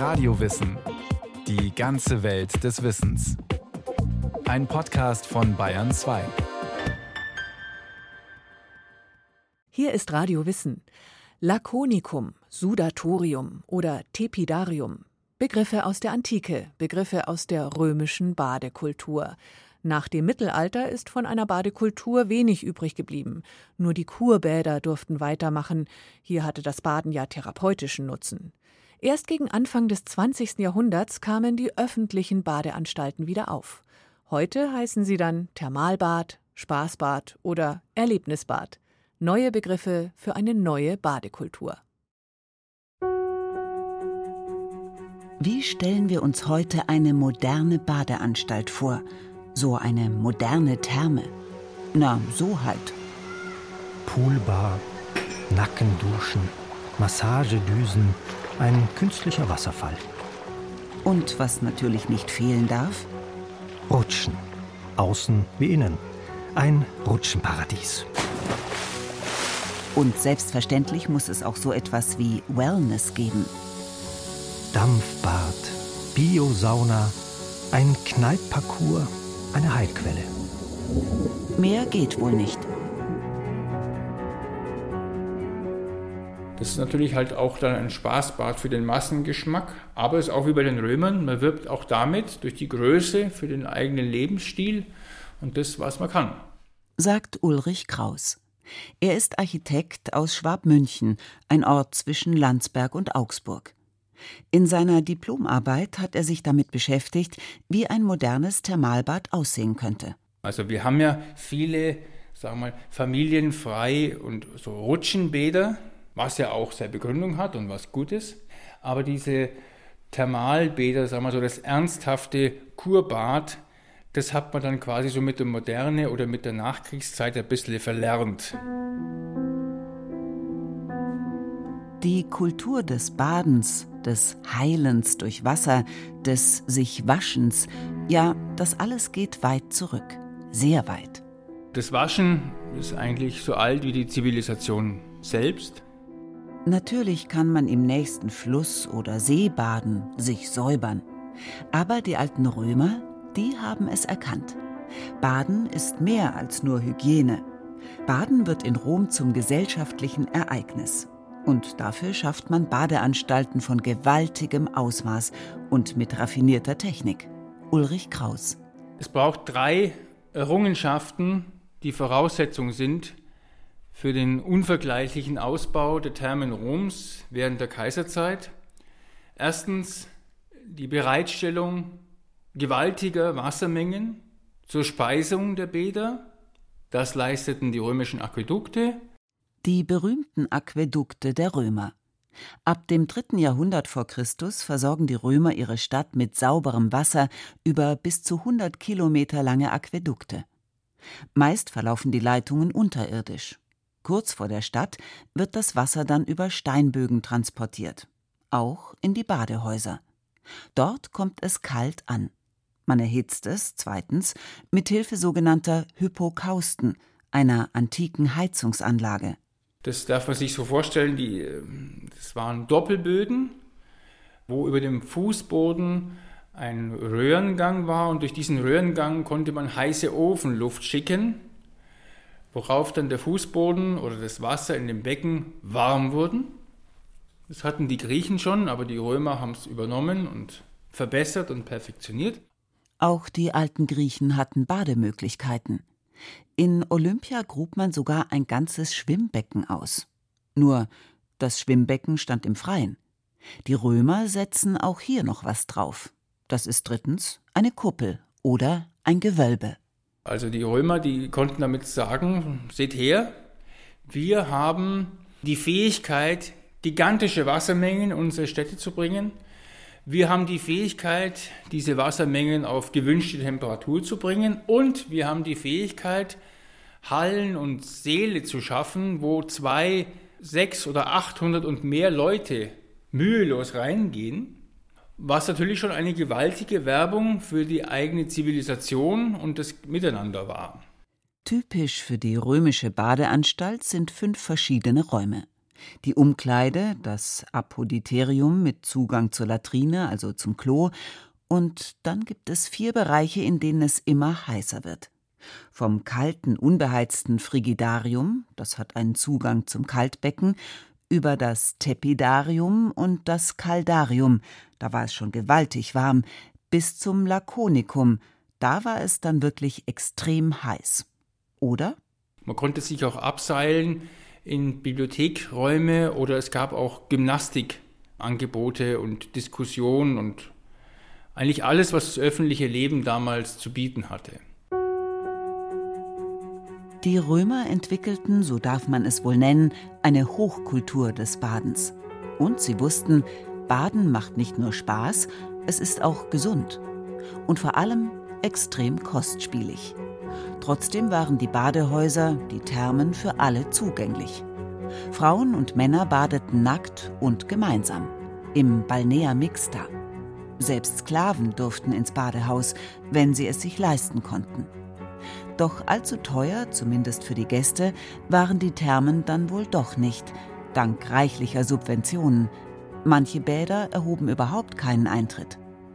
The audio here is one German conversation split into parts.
Radiowissen. Die ganze Welt des Wissens. Ein Podcast von Bayern 2. Hier ist Radio Wissen. Laconicum, Sudatorium oder Tepidarium. Begriffe aus der Antike, Begriffe aus der römischen Badekultur. Nach dem Mittelalter ist von einer Badekultur wenig übrig geblieben. Nur die Kurbäder durften weitermachen. Hier hatte das Baden ja therapeutischen Nutzen. Erst gegen Anfang des 20. Jahrhunderts kamen die öffentlichen Badeanstalten wieder auf. Heute heißen sie dann Thermalbad, Spaßbad oder Erlebnisbad. Neue Begriffe für eine neue Badekultur. Wie stellen wir uns heute eine moderne Badeanstalt vor? So eine moderne Therme. Na, so halt. Poolbar, Nackenduschen, Massagedüsen, ein künstlicher Wasserfall. Und was natürlich nicht fehlen darf? Rutschen, außen wie innen. Ein Rutschenparadies. Und selbstverständlich muss es auch so etwas wie Wellness geben. Dampfbad, Biosauna, ein Kneippparcours, eine Heilquelle. Mehr geht wohl nicht. Das ist natürlich halt auch dann ein Spaßbad für den Massengeschmack, aber es ist auch wie bei den Römern, man wirbt auch damit durch die Größe für den eigenen Lebensstil und das, was man kann. Sagt Ulrich Kraus. Er ist Architekt aus Schwabmünchen, ein Ort zwischen Landsberg und Augsburg. In seiner Diplomarbeit hat er sich damit beschäftigt, wie ein modernes Thermalbad aussehen könnte. Also wir haben ja viele, sagen wir mal, familienfrei und so Rutschenbäder, was ja auch seine Begründung hat und was gut ist. Aber diese Thermalbäder, sagen wir so, das ernsthafte Kurbad, das hat man dann quasi so mit der Moderne oder mit der Nachkriegszeit ein bisschen verlernt. Die Kultur des Badens, des Heilens durch Wasser, des sich Waschens, ja, das alles geht weit zurück, sehr weit. Das Waschen ist eigentlich so alt wie die Zivilisation selbst. Natürlich kann man im nächsten Fluss oder See baden, sich säubern. Aber die alten Römer, die haben es erkannt. Baden ist mehr als nur Hygiene. Baden wird in Rom zum gesellschaftlichen Ereignis. Und dafür schafft man Badeanstalten von gewaltigem Ausmaß und mit raffinierter Technik. Ulrich Kraus. Es braucht 3 Errungenschaften, die Voraussetzung sind für den unvergleichlichen Ausbau der Thermen Roms während der Kaiserzeit. Erstens die Bereitstellung gewaltiger Wassermengen zur Speisung der Bäder. Das leisteten die römischen Aquädukte. Die berühmten Aquädukte der Römer. Ab dem 3. Jahrhundert vor Christus versorgen die Römer ihre Stadt mit sauberem Wasser über bis zu 100 Kilometer lange Aquädukte. Meist verlaufen die Leitungen unterirdisch. Kurz vor der Stadt wird das Wasser dann über Steinbögen transportiert. Auch in die Badehäuser. Dort kommt es kalt an. Man erhitzt es, zweitens, mit Hilfe sogenannter Hypokausten, einer antiken Heizungsanlage. Das darf man sich so vorstellen, das waren Doppelböden, wo über dem Fußboden ein Röhrengang war und durch diesen Röhrengang konnte man heiße Ofenluft schicken, worauf dann der Fußboden oder das Wasser in dem Becken warm wurden. Das hatten die Griechen schon, aber die Römer haben es übernommen und verbessert und perfektioniert. Auch die alten Griechen hatten Bademöglichkeiten. In Olympia grub man sogar ein ganzes Schwimmbecken aus. Nur, das Schwimmbecken stand im Freien. Die Römer setzen auch hier noch was drauf. Das ist drittens eine Kuppel oder ein Gewölbe. Also die Römer, die konnten damit sagen, seht her, wir haben die Fähigkeit, gigantische Wassermengen in unsere Städte zu bringen. Wir haben die Fähigkeit, diese Wassermengen auf gewünschte Temperatur zu bringen und wir haben die Fähigkeit, Hallen und Säle zu schaffen, wo 200, 600 oder 800 und mehr Leute mühelos reingehen, was natürlich schon eine gewaltige Werbung für die eigene Zivilisation und das Miteinander war. Typisch für die römische Badeanstalt sind 5 verschiedene Räume. Die Umkleide, das Apoditerium mit Zugang zur Latrine, also zum Klo, und dann gibt es 4 Bereiche, in denen es immer heißer wird. Vom kalten, unbeheizten Frigidarium, das hat einen Zugang zum Kaltbecken, über das Tepidarium und das Caldarium, da war es schon gewaltig warm, bis zum Lakonikum, da war es dann wirklich extrem heiß. Oder? Man konnte sich auch abseilen in Bibliothekräume oder es gab auch Gymnastikangebote und Diskussionen und eigentlich alles, was das öffentliche Leben damals zu bieten hatte. Die Römer entwickelten, so darf man es wohl nennen, eine Hochkultur des Badens. Und sie wussten, Baden macht nicht nur Spaß, es ist auch gesund. Und vor allem extrem kostspielig. Trotzdem waren die Badehäuser, die Thermen, für alle zugänglich. Frauen und Männer badeten nackt und gemeinsam, im Balnea Mixta. Selbst Sklaven durften ins Badehaus, wenn sie es sich leisten konnten. Doch allzu teuer, zumindest für die Gäste, waren die Thermen dann wohl doch nicht, dank reichlicher Subventionen. Manche Bäder erhoben überhaupt keinen Eintritt.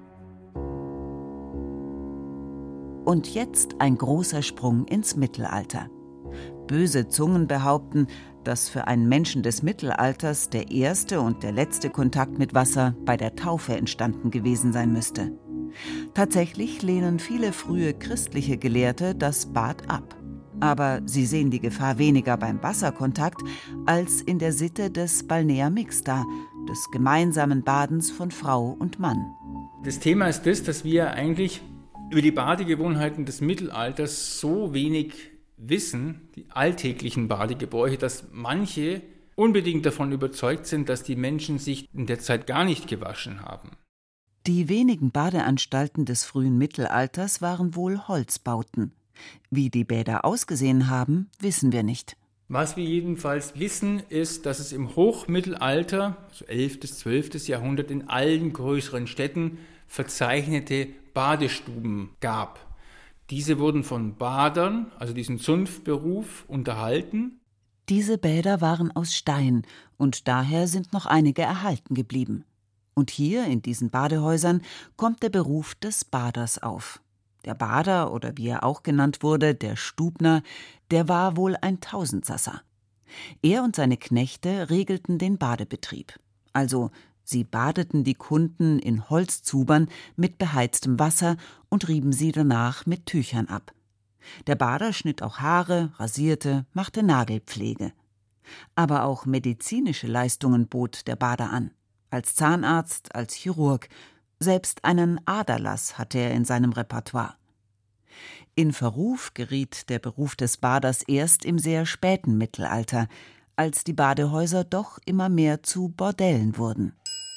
Und jetzt ein großer Sprung ins Mittelalter. Böse Zungen behaupten, dass für einen Menschen des Mittelalters der erste und der letzte Kontakt mit Wasser bei der Taufe entstanden gewesen sein müsste. Tatsächlich lehnen viele frühe christliche Gelehrte das Bad ab. Aber sie sehen die Gefahr weniger beim Wasserkontakt als in der Sitte des Balnea Mixta, des gemeinsamen Badens von Frau und Mann. Das Thema ist das, dass wir eigentlich über die Badegewohnheiten des Mittelalters so wenig wissen, die alltäglichen Badegebräuche, dass manche unbedingt davon überzeugt sind, dass die Menschen sich in der Zeit gar nicht gewaschen haben. Die wenigen Badeanstalten des frühen Mittelalters waren wohl Holzbauten. Wie die Bäder ausgesehen haben, wissen wir nicht. Was wir jedenfalls wissen, ist, dass es im Hochmittelalter, also 11. bis 12. Jahrhundert, in allen größeren Städten verzeichnete Badestuben gab. Diese wurden von Badern, also diesem Zunftberuf, unterhalten. Diese Bäder waren aus Stein und daher sind noch einige erhalten geblieben. Und hier, in diesen Badehäusern, kommt der Beruf des Baders auf. Der Bader, oder wie er auch genannt wurde, der Stubner, der war wohl ein Tausendsasser. Er und seine Knechte regelten den Badebetrieb. Also, sie badeten die Kunden in Holzzubern mit beheiztem Wasser und rieben sie danach mit Tüchern ab. Der Bader schnitt auch Haare, rasierte, machte Nagelpflege. Aber auch medizinische Leistungen bot der Bader an. Als Zahnarzt, als Chirurg, selbst einen Aderlass hatte er in seinem Repertoire. In Verruf geriet der Beruf des Baders erst im sehr späten Mittelalter, als die Badehäuser doch immer mehr zu Bordellen wurden.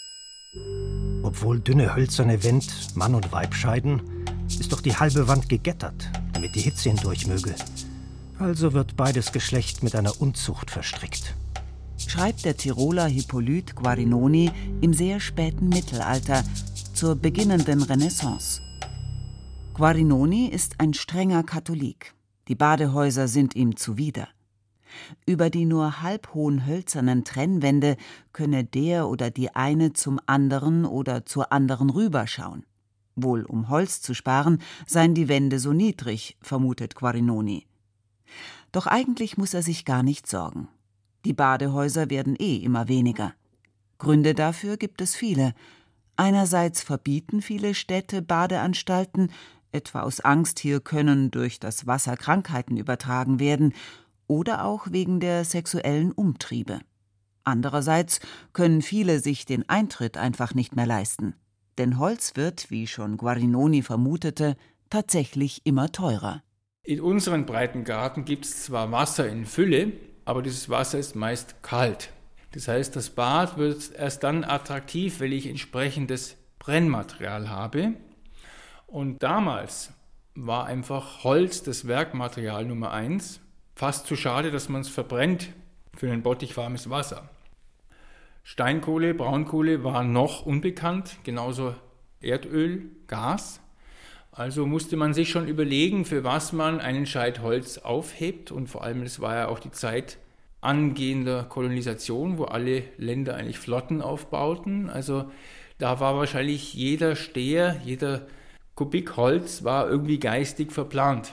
Obwohl dünne hölzerne Wände Mann und Weib scheiden, ist doch die halbe Wand gegettert, damit die Hitze hindurch möge. Also wird beides Geschlecht mit einer Unzucht verstrickt. Schreibt der Tiroler Hippolyte Guarinoni im sehr späten Mittelalter zur beginnenden Renaissance. Guarinoni ist ein strenger Katholik. Die Badehäuser sind ihm zuwider. Über die nur halbhohen hölzernen Trennwände könne der oder die eine zum anderen oder zur anderen rüberschauen. Wohl um Holz zu sparen, seien die Wände so niedrig, vermutet Guarinoni. Doch eigentlich muss er sich gar nicht sorgen. Die Badehäuser werden immer weniger. Gründe dafür gibt es viele. Einerseits verbieten viele Städte Badeanstalten, etwa aus Angst, hier können durch das Wasser Krankheiten übertragen werden, oder auch wegen der sexuellen Umtriebe. Andererseits können viele sich den Eintritt einfach nicht mehr leisten. Denn Holz wird, wie schon Guarinoni vermutete, tatsächlich immer teurer. In unseren Breitengraden gibt es zwar Wasser in Fülle, aber dieses Wasser ist meist kalt. Das heißt, das Bad wird erst dann attraktiv, wenn ich entsprechendes Brennmaterial habe. Und damals war einfach Holz das Werkmaterial Nummer 1. Fast zu schade, dass man es verbrennt für ein Bottich warmes Wasser. Steinkohle, Braunkohle waren noch unbekannt, genauso Erdöl, Gas. Also musste man sich schon überlegen, für was man einen Scheit Holz aufhebt. Und vor allem, es war ja auch die Zeit angehender Kolonisation, wo alle Länder eigentlich Flotten aufbauten. Also da war wahrscheinlich jeder Steher, jeder Kubik Holz war irgendwie geistig verplant.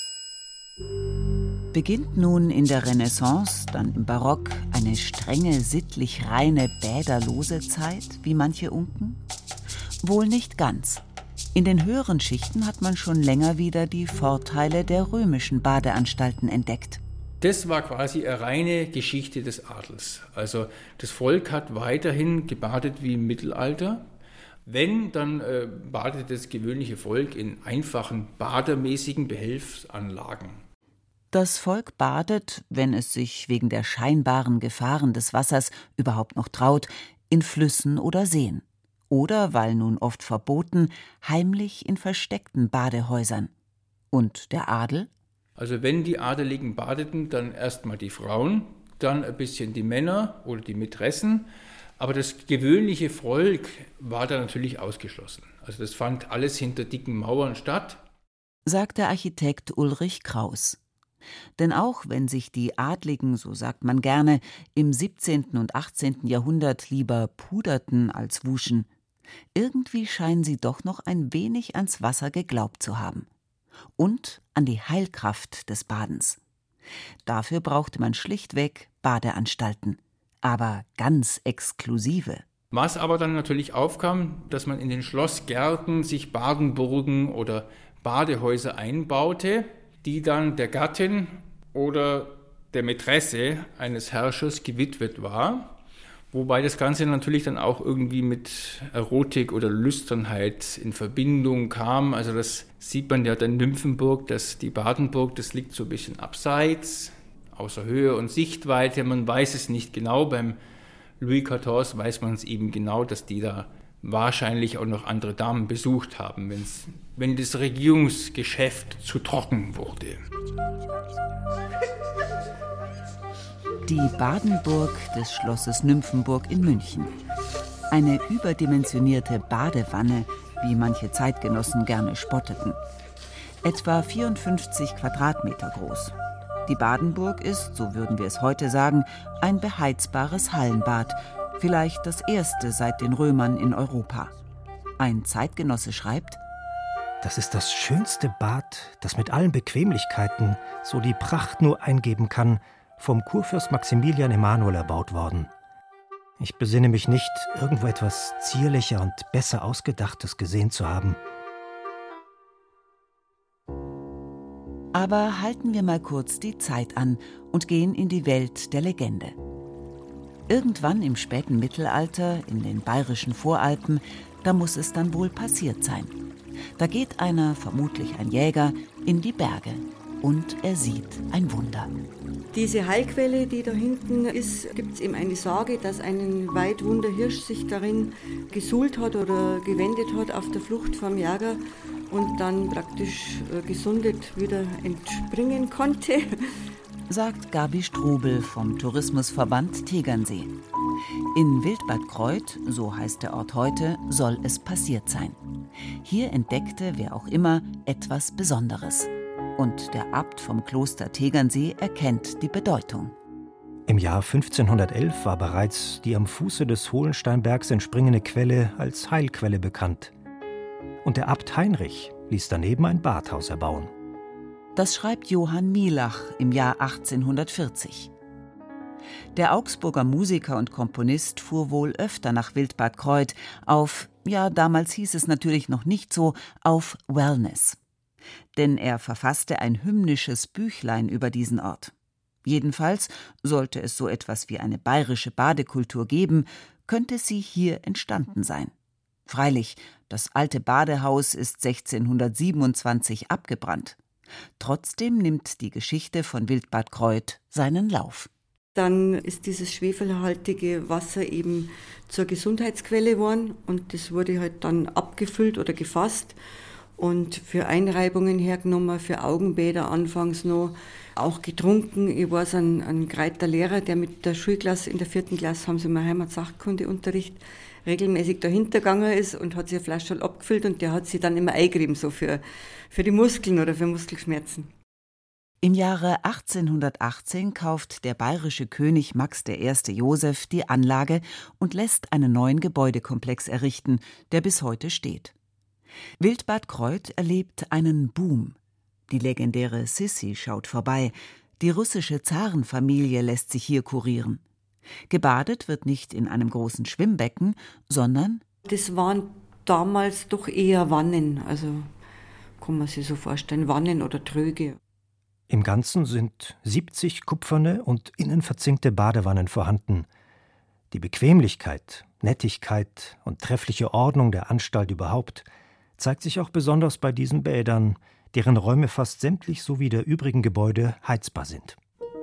Beginnt nun in der Renaissance, dann im Barock, eine strenge, sittlich reine, bäderlose Zeit, wie manche unken? Wohl nicht ganz. In den höheren Schichten hat man schon länger wieder die Vorteile der römischen Badeanstalten entdeckt. Das war quasi eine reine Geschichte des Adels. Also das Volk hat weiterhin gebadet wie im Mittelalter. Wenn, dann badet das gewöhnliche Volk in einfachen, badermäßigen Behelfsanlagen. Das Volk badet, wenn es sich wegen der scheinbaren Gefahren des Wassers überhaupt noch traut, in Flüssen oder Seen. Oder, weil nun oft verboten, heimlich in versteckten Badehäusern. Und der Adel? Also wenn die Adeligen badeten, dann erstmal die Frauen, dann ein bisschen die Männer oder die Mätressen. Aber das gewöhnliche Volk war da natürlich ausgeschlossen. Also das fand alles hinter dicken Mauern statt. Sagt der Architekt Ulrich Kraus. Denn auch wenn sich die Adligen, so sagt man gerne, im 17. und 18. Jahrhundert lieber puderten als wuschen, irgendwie scheinen sie doch noch ein wenig ans Wasser geglaubt zu haben. Und an die Heilkraft des Badens. Dafür brauchte man schlichtweg Badeanstalten, aber ganz exklusive. Was aber dann natürlich aufkam, dass man in den Schlossgärten sich Badenburgen oder Badehäuser einbaute, die dann der Gattin oder der Mätresse eines Herrschers gewidmet war, wobei das Ganze natürlich dann auch irgendwie mit Erotik oder Lüsternheit in Verbindung kam. Also das sieht man ja der Nymphenburg, die Badenburg, das liegt so ein bisschen abseits, außer Höhe und Sichtweite. Man weiß es nicht genau, beim Louis XIV weiß man es eben genau, dass die da wahrscheinlich auch noch andere Damen besucht haben, wenn das Regierungsgeschäft zu trocken wurde. Die Badenburg des Schlosses Nymphenburg in München. Eine überdimensionierte Badewanne, wie manche Zeitgenossen gerne spotteten. Etwa 54 Quadratmeter groß. Die Badenburg ist, so würden wir es heute sagen, ein beheizbares Hallenbad, vielleicht das erste seit den Römern in Europa. Ein Zeitgenosse schreibt: Das ist das schönste Bad, das mit allen Bequemlichkeiten, so die Pracht nur eingeben kann, vom Kurfürst Maximilian Emanuel erbaut worden. Ich besinne mich nicht, irgendwo etwas zierlicher und besser Ausgedachtes gesehen zu haben. Aber halten wir mal kurz die Zeit an und gehen in die Welt der Legende. Irgendwann im späten Mittelalter, in den bayerischen Voralpen, da muss es dann wohl passiert sein. Da geht einer, vermutlich ein Jäger, in die Berge und er sieht ein Wunder. Diese Heilquelle, die da hinten ist, gibt es eben eine Sage, dass ein Weidwunder Hirsch sich darin gesuhlt hat oder gewendet hat auf der Flucht vom Jäger und dann praktisch gesundet wieder entspringen konnte. Sagt Gabi Strobel vom Tourismusverband Tegernsee. In Wildbad Kreuth, so heißt der Ort heute, soll es passiert sein. Hier entdeckte, wer auch immer, etwas Besonderes. Und der Abt vom Kloster Tegernsee erkennt die Bedeutung. Im Jahr 1511 war bereits die am Fuße des Hohensteinbergs entspringende Quelle als Heilquelle bekannt. Und der Abt Heinrich ließ daneben ein Badhaus erbauen. Das schreibt Johann Mielach im Jahr 1840. Der Augsburger Musiker und Komponist fuhr wohl öfter nach Wildbad Kreuth auf, ja, damals hieß es natürlich noch nicht so, auf Wellness. Denn er verfasste ein hymnisches Büchlein über diesen Ort. Jedenfalls, sollte es so etwas wie eine bayerische Badekultur geben, könnte sie hier entstanden sein. Freilich, das alte Badehaus ist 1627 abgebrannt. Trotzdem nimmt die Geschichte von Wildbad Kreuth seinen Lauf. Dann ist dieses schwefelhaltige Wasser eben zur Gesundheitsquelle geworden und das wurde halt dann abgefüllt oder gefasst und für Einreibungen hergenommen, für Augenbäder anfangs noch, auch getrunken. Ich weiß, ein Greiter Lehrer, der mit der Schulklasse in der 4. Klasse, haben sie mal Heimat-Sachkundeunterricht, regelmäßig dahinter gegangen ist und hat sich eine Flasche abgefüllt und der hat sie dann immer eingerieben, so für die Muskeln oder für Muskelschmerzen. Im Jahre 1818 kauft der bayerische König Max I. Joseph die Anlage und lässt einen neuen Gebäudekomplex errichten, der bis heute steht. Wildbad Kreuth erlebt einen Boom. Die legendäre Sissi schaut vorbei. Die russische Zarenfamilie lässt sich hier kurieren. Gebadet wird nicht in einem großen Schwimmbecken, sondern Das waren damals doch eher Wannen, also kann man sich so vorstellen, Wannen oder Tröge. Im Ganzen sind 70 kupferne und innen verzinkte Badewannen vorhanden. Die Bequemlichkeit, Nettigkeit und treffliche Ordnung der Anstalt überhaupt zeigt sich auch besonders bei diesen Bädern, deren Räume fast sämtlich sowie der übrigen Gebäude heizbar sind.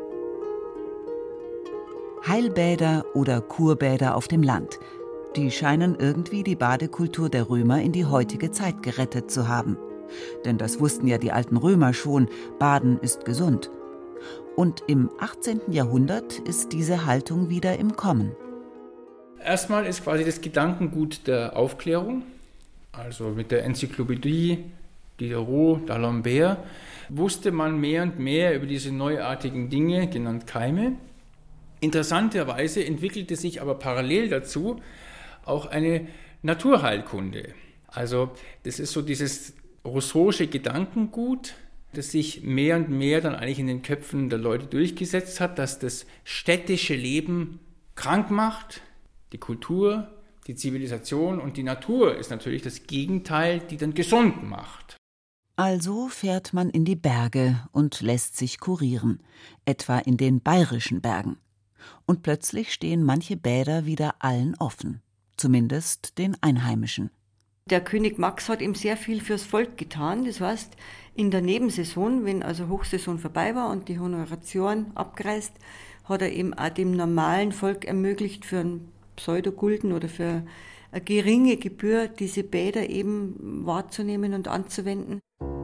Heilbäder oder Kurbäder auf dem Land. Die scheinen irgendwie die Badekultur der Römer in die heutige Zeit gerettet zu haben. Denn das wussten ja die alten Römer schon, Baden ist gesund. Und im 18. Jahrhundert ist diese Haltung wieder im Kommen. Erstmal ist quasi das Gedankengut der Aufklärung, also mit der Enzyklopädie Diderot, d'Alembert, wusste man mehr und mehr über diese neuartigen Dinge, genannt Keime. Interessanterweise entwickelte sich aber parallel dazu auch eine Naturheilkunde. Also das ist so dieses rousseau'sche Gedankengut, das sich mehr und mehr dann eigentlich in den Köpfen der Leute durchgesetzt hat, dass das städtische Leben krank macht, die Kultur, die Zivilisation, und die Natur ist natürlich das Gegenteil, die dann gesund macht. Also fährt man in die Berge und lässt sich kurieren, etwa in den bayerischen Bergen. Und plötzlich stehen manche Bäder wieder allen offen, zumindest den Einheimischen. Der König Max hat eben sehr viel fürs Volk getan. Das heißt, in der Nebensaison, wenn also Hochsaison vorbei war und die Honoratioren abgereist, hat er eben auch dem normalen Volk ermöglicht, für einen Pseudogulden oder für eine geringe Gebühr diese Bäder eben wahrzunehmen und anzuwenden.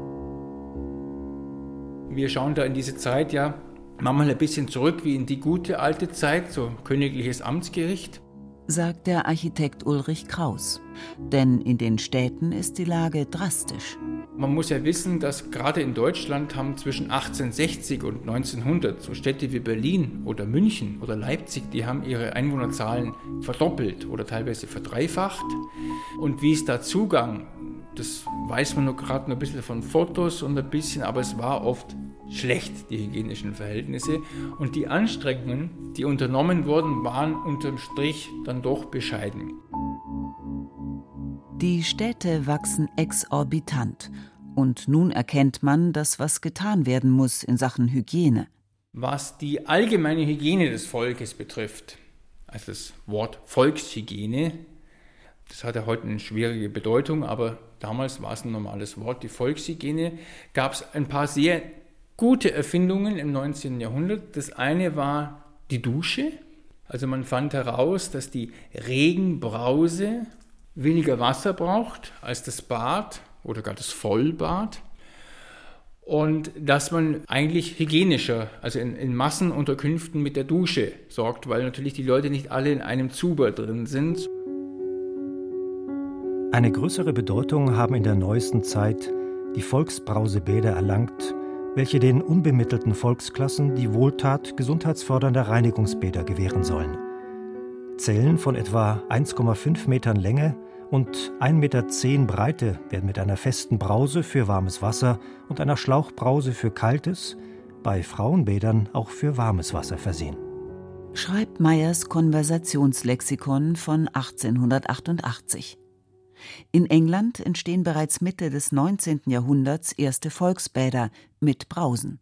Wir schauen da in diese Zeit ja manchmal ein bisschen zurück wie in die gute alte Zeit, so königliches Amtsgericht. Sagt der Architekt Ulrich Kraus. Denn in den Städten ist die Lage drastisch. Man muss ja wissen, dass gerade in Deutschland haben zwischen 1860 und 1900 so Städte wie Berlin oder München oder Leipzig, die haben ihre Einwohnerzahlen verdoppelt oder teilweise verdreifacht. Und wie es da zuging, das weiß man nur gerade ein bisschen von Fotos und ein bisschen, aber es war oft schlecht, die hygienischen Verhältnisse. Und die Anstrengungen, die unternommen wurden, waren unterm Strich dann doch bescheiden. Die Städte wachsen exorbitant. Und nun erkennt man, dass was getan werden muss in Sachen Hygiene. Was die allgemeine Hygiene des Volkes betrifft, also das Wort Volkshygiene, das hat ja heute eine schwierige Bedeutung, aber damals war es ein normales Wort, die Volkshygiene, gab es ein paar sehr gute Erfindungen im 19. Jahrhundert. Das eine war die Dusche. Also man fand heraus, dass die Regenbrause weniger Wasser braucht als das Bad oder gar das Vollbad. Und dass man eigentlich hygienischer, also in Massenunterkünften mit der Dusche sorgt, weil natürlich die Leute nicht alle in einem Zuber drin sind. Eine größere Bedeutung haben in der neuesten Zeit die Volksbrausebäder erlangt, welche den unbemittelten Volksklassen die Wohltat gesundheitsfördernder Reinigungsbäder gewähren sollen. Zellen von etwa 1,5 Metern Länge und 1,10 Meter Breite werden mit einer festen Brause für warmes Wasser und einer Schlauchbrause für kaltes, bei Frauenbädern auch für warmes Wasser versehen. Schreibt Meyers Konversationslexikon von 1888. In England entstehen bereits Mitte des 19. Jahrhunderts erste Volksbäder mit Brausen.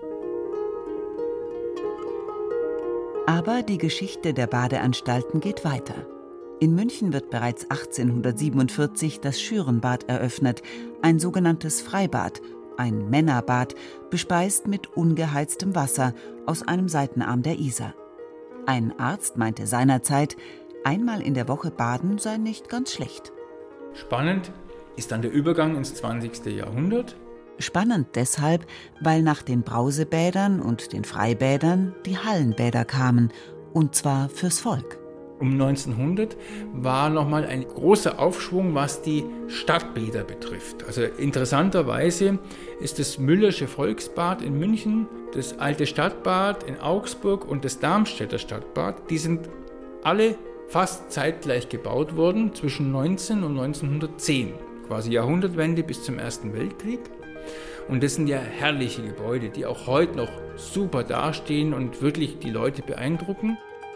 Aber die Geschichte der Badeanstalten geht weiter. In München wird bereits 1847 das Schürenbad eröffnet, ein sogenanntes Freibad, ein Männerbad, bespeist mit ungeheiztem Wasser aus einem Seitenarm der Isar. Ein Arzt meinte seinerzeit, einmal in der Woche baden sei nicht ganz schlecht. Spannend ist dann der Übergang ins 20. Jahrhundert. Spannend deshalb, weil nach den Brausebädern und den Freibädern die Hallenbäder kamen, und zwar fürs Volk. Um 1900 war nochmal ein großer Aufschwung, was die Stadtbäder betrifft. Also interessanterweise ist das Müllersche Volksbad in München, das alte Stadtbad in Augsburg und das Darmstädter Stadtbad, die sind alle fast zeitgleich gebaut worden, zwischen 19 und 1910. Quasi Jahrhundertwende bis zum Ersten Weltkrieg. Und das sind ja herrliche Gebäude, die auch heute noch super dastehen und wirklich die Leute beeindrucken.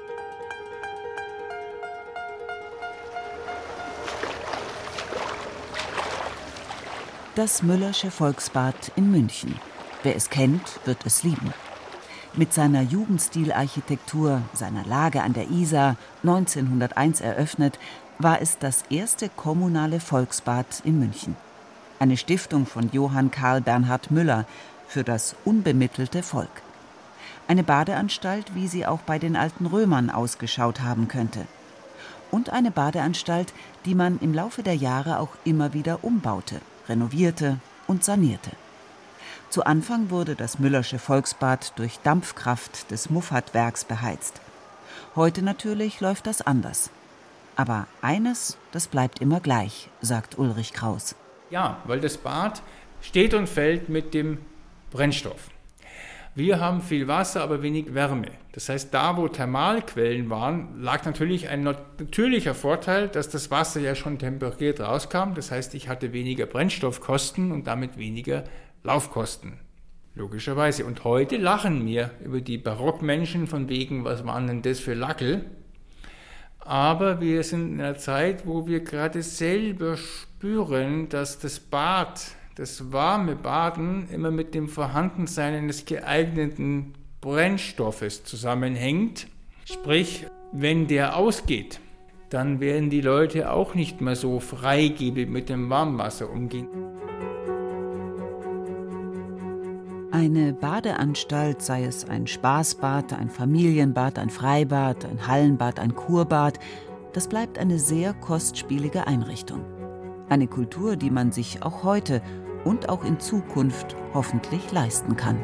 Das Müllersche Volksbad in München. Wer es kennt, wird es lieben. Mit seiner Jugendstilarchitektur, seiner Lage an der Isar, 1901 eröffnet, war es das erste kommunale Volksbad in München. Eine Stiftung von Johann Karl Bernhard Müller für das unbemittelte Volk. Eine Badeanstalt, wie sie auch bei den alten Römern ausgeschaut haben könnte. Und eine Badeanstalt, die man im Laufe der Jahre auch immer wieder umbaute, renovierte und sanierte. Zu Anfang wurde das Müllersche Volksbad durch Dampfkraft des Muffatwerks beheizt. Heute natürlich läuft das anders. Aber eines, das bleibt immer gleich, sagt Ulrich Kraus. Ja, weil das Bad steht und fällt mit dem Brennstoff. Wir haben viel Wasser, aber wenig Wärme. Das heißt, da wo Thermalquellen waren, lag natürlich ein natürlicher Vorteil, dass das Wasser ja schon temperiert rauskam. Das heißt, ich hatte weniger Brennstoffkosten und damit weniger Laufkosten. Logischerweise. Und heute lachen wir über die Barockmenschen von wegen, was waren denn das für Lackel? Aber wir sind in einer Zeit, wo wir gerade selber spüren, dass das Bad, das warme Baden immer mit dem Vorhandensein eines geeigneten Brennstoffes zusammenhängt. Sprich, wenn der ausgeht, dann werden die Leute auch nicht mehr so freigebig mit dem Warmwasser umgehen. Eine Badeanstalt, sei es ein Spaßbad, ein Familienbad, ein Freibad, ein Hallenbad, ein Kurbad, das bleibt eine sehr kostspielige Einrichtung. Eine Kultur, die man sich auch heute und auch in Zukunft hoffentlich leisten kann.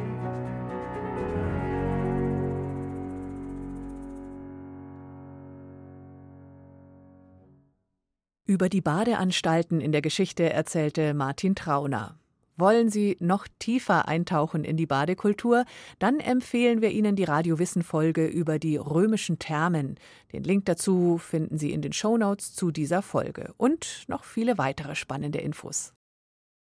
Über die Badeanstalten in der Geschichte erzählte Martin Trauner. Wollen Sie noch tiefer eintauchen in die Badekultur? Dann empfehlen wir Ihnen die Radio Wissen-Folge über die römischen Thermen. Den Link dazu finden Sie in den Shownotes zu dieser Folge und noch viele weitere spannende Infos.